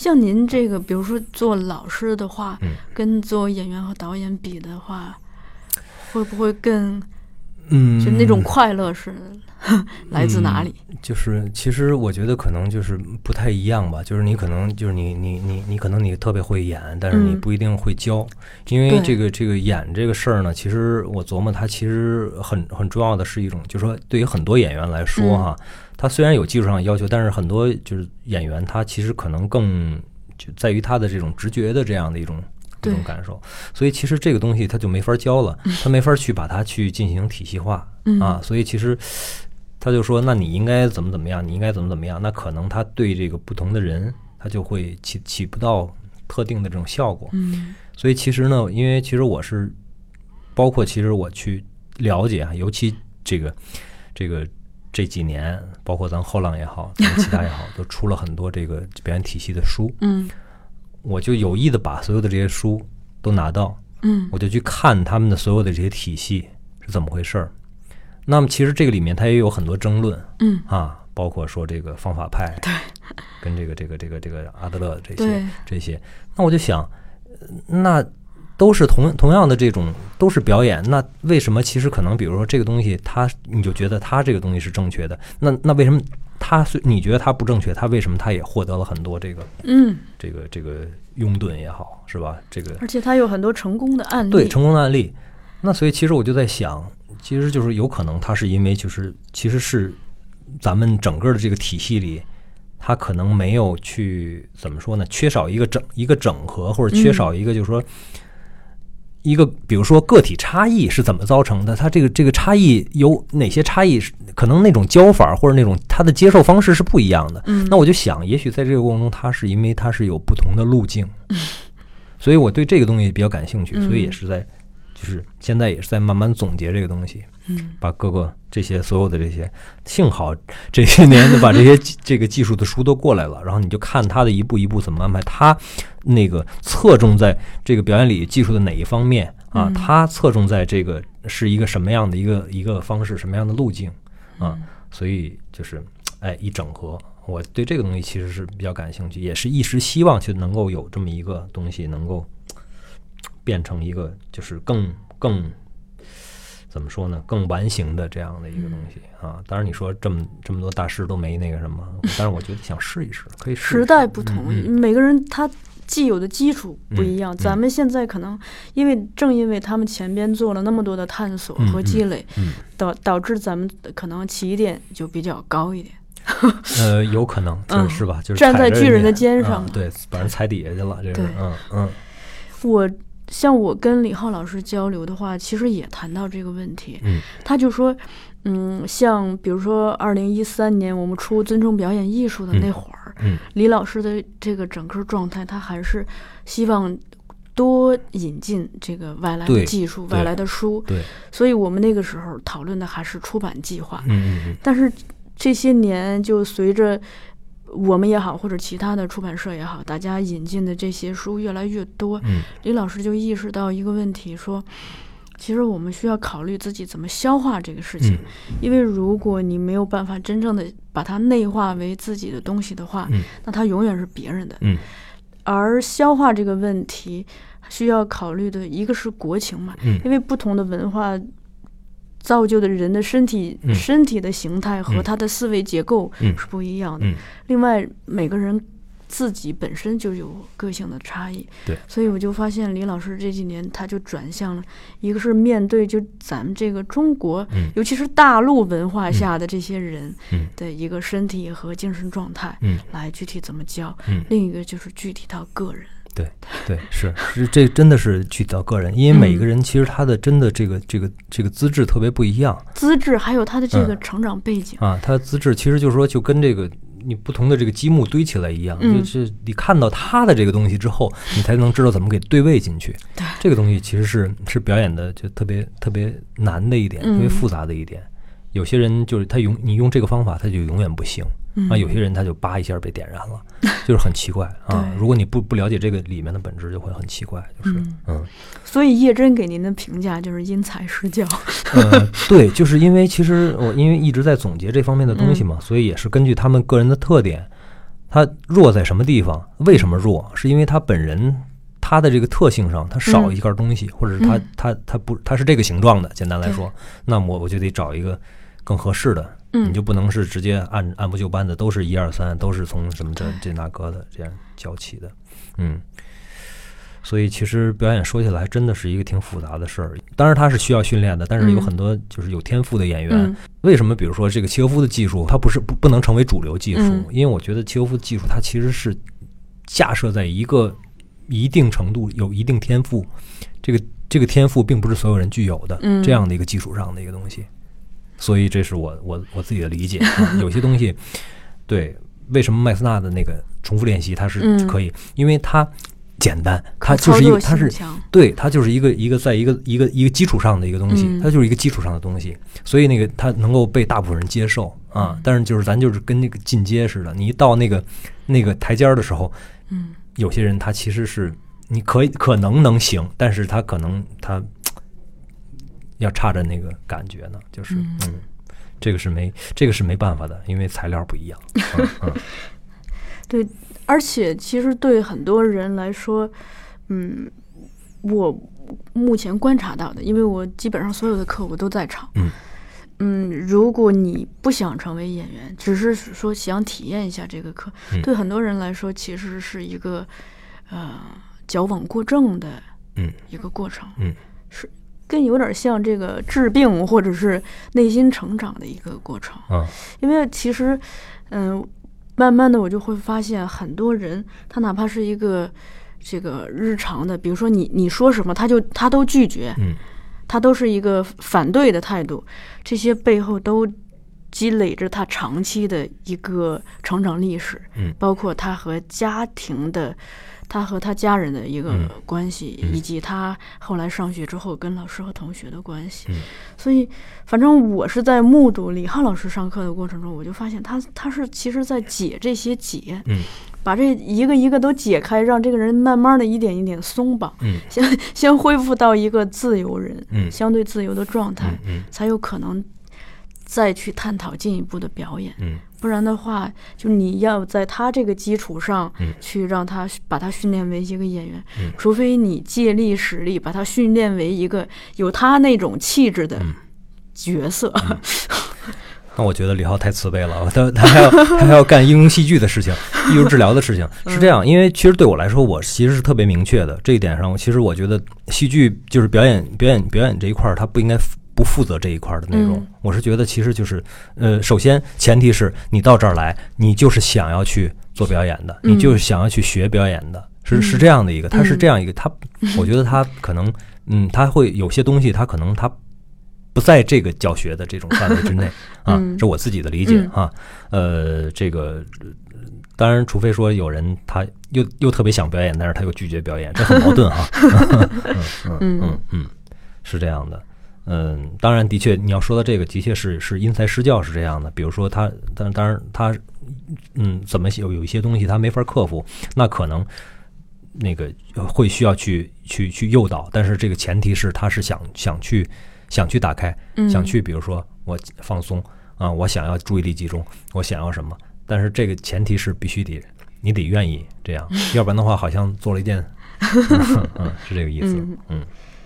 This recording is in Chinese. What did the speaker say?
像您这个，比如说做老师的话，跟做演员和导演比的话，会不会更，就那种快乐是来自哪里？ 就是其实我觉得可能就是不太一样吧，就是你可能就是你可能你特别会演，但是你不一定会教，因为这个演这个事儿呢，其实我琢磨它其实很重要的是一种，就是说对于很多演员来说哈，他虽然有技术上的要求，但是很多就是演员他其实可能更就在于他的这种直觉的这样的一种感受，所以其实这个东西他就没法教了，他没法去把它去进行体系化啊，所以其实他就说，那你应该怎么样，你应该怎么样，那可能他对这个不同的人，他就会起不到特定的这种效果。所以其实呢，因为其实我是包括其实我去了解啊，尤其这几年，包括咱后浪也好，咱其他也好，都出了很多这个表演体系的书。我就有意的把所有的这些书都拿到，我就去看他们的所有的这些体系是怎么回事儿。那么其实这个里面它也有很多争论，包括说这个方法派，跟这个阿德勒这些，那我就想，那都是同样的这种都是表演，那为什么其实可能比如说这个东西你就觉得它这个东西是正确的，那为什么你觉得它不正确，它为什么它也获得了很多这个拥趸也好，是吧？而且它有很多成功的案例， 对，成功的案例。那所以其实我就在想，其实就是有可能它是因为就是其实是咱们整个的这个体系里，它可能没有去怎么说呢？缺少一个整合，或者缺少一个就是说一个比如说个体差异是怎么造成的？它这个差异有哪些差异？可能那种教法或者那种它的接受方式是不一样的。那我就想，也许在这个过程中，它是因为它是有不同的路径，所以我对这个东西比较感兴趣，所以也是就是现在也是在慢慢总结这个东西，把各个这些所有的这些，幸好这些年的把这个技术的书都过来了，然后你就看他的一步一步怎么安排，他那个侧重在这个表演里技术的哪一方面啊？他侧重在这个是一个什么样的一个方式，什么样的路径啊？所以就是一整合，我对这个东西其实是比较感兴趣，也是一时希望就能够有这么一个东西能够变成一个就是更怎么说呢，更完形的这样的一个东西啊。当然你说这么多大师都没那个什么，但是我觉得想试一试，可以试一试。 时代不同，每个人他既有的基础不一样，咱们现在可能正因为他们前边做了那么多的探索和积累，导致咱们可能起点就比较高一点。 有可能是吧？就是站在巨人的肩上， 对，把人踩底下去了，这是。像我跟李浩老师交流的话，其实也谈到这个问题。他就说，像比如说2013年我们出尊重表演艺术的那会儿，李老师的这个整个状态，他还是希望多引进这个外来的技术、外来的书。对，所以我们那个时候讨论的还是出版计划。但是这些年就随着我们也好，或者其他的出版社也好，大家引进的这些书越来越多，李老师就意识到一个问题，说其实我们需要考虑自己怎么消化这个事情，因为如果你没有办法真正的把它内化为自己的东西的话，那它永远是别人的。而消化这个问题需要考虑的一个是国情嘛，因为不同的文化造就的人的身体的形态和他的思维结构是不一样的。另外，每个人自己本身就有个性的差异。对，所以我就发现李老师这几年他就转向了，一个是面对就咱们这个中国，尤其是大陆文化下的这些人的一个身体和精神状态，来具体怎么教。另一个就是具体到个人。 对，是这真的是具体到个人，因为每个人其实他的真的这个资质特别不一样， 资质还有他的这个成长背景他的资质其实就是说就跟这个你不同的这个积木堆起来一样，就是你看到他的这个东西之后，你才能知道怎么给对位进去。对，这个东西其实是表演的就特别难的一点，特别复杂的一点。有些人就是你用这个方法他就永远不行。有些人他就叭一下被点燃了，就是很奇怪啊！如果你不了解这个里面的本质，就会很奇怪，就是所以叶真给您的评价就是因材施教。 对，就是因为其实我因为一直在总结这方面的东西嘛，所以也是根据他们个人的特点， 他弱在什么地方？为什么弱？是因为他本人他的这个特性上，他少一根东西，或者是他是这个形状的。简单来说，那么我就得找一个更合适的。你就不能是直接按部就班的，都是1、2、3，都是从什么这那个的这样教起的。所以其实表演说起来真的是一个挺复杂的事儿。当然它是需要训练的，但是有很多就是有天赋的演员，为什么比如说这个契诃夫的技术它不能成为主流技术？因为我觉得契诃夫的技术它其实是架设在一个一定程度有一定天赋，这个天赋并不是所有人具有的，这样的一个基础上的一个东西。所以这是我自己的理解。有些东西，对，为什么麦斯纳的那个重复练习它是可以，因为它简单，它就是一个，它是对，它就是一个在一个基础上的一个东西，它就是一个基础上的东西，所以那个它能够被大部分人接受啊。但是就是咱就是跟那个进阶似的，你一到那个台阶的时候，有些人他其实是你可能能行，但是他可能他要差着那个感觉呢，就是这个是没办法的，因为材料不一样。 对，而且其实对很多人来说，我目前观察到的，因为我基本上所有的课我都在场。如果你不想成为演员，只是说想体验一下这个课，对很多人来说其实是一个矫枉过正的一个过程。是更有点像这个治病或者是内心成长的一个过程。因为其实慢慢的我就会发现很多人他哪怕是一个这个日常的，比如说你说什么他都拒绝，他都是一个反对的态度，这些背后都积累着他长期的一个成长历史，包括他和他和他家人的一个关系，以及他后来上学之后跟老师和同学的关系。所以反正我是在目睹李浩老师上课的过程中，我就发现他是其实在解这些结，把这一个一个都解开，让这个人慢慢的一点一点松绑，先恢复到一个自由人，相对自由的状态，才有可能再去探讨进一步的表演。不然的话，就你要在他这个基础上去让他把他训练为一个演员，除非你借力使力把他训练为一个有他那种气质的角色。 那我觉得李浩太慈悲了，他还要干应用戏剧的事情，艺术治疗的事情。是这样，因为其实对我来说，我其实是特别明确的这一点上。其实我觉得戏剧就是表演这一块，它不应该不负责这一块的内容。我是觉得其实就是首先前提是你到这儿来，你就是想要去做表演的，你就是想要去学表演的，是这样的一个，他是这样一个，我觉得他可能他会有些东西他可能他不在这个教学的这种范围之内啊，这我自己的理解啊。这个当然除非说有人他又特别想表演，但是他又拒绝表演，这很矛盾啊。是这样的。当然的确你要说到这个的确是因材施教是这样的。比如说当然他怎么有一些东西他没法克服，那可能那个会需要去诱导，但是这个前提是他是想去打开，想去比如说我放松啊，我想要注意力集中，我想要什么，但是这个前提是必须你得愿意这样，要不然的话好像做了一件是这个意思。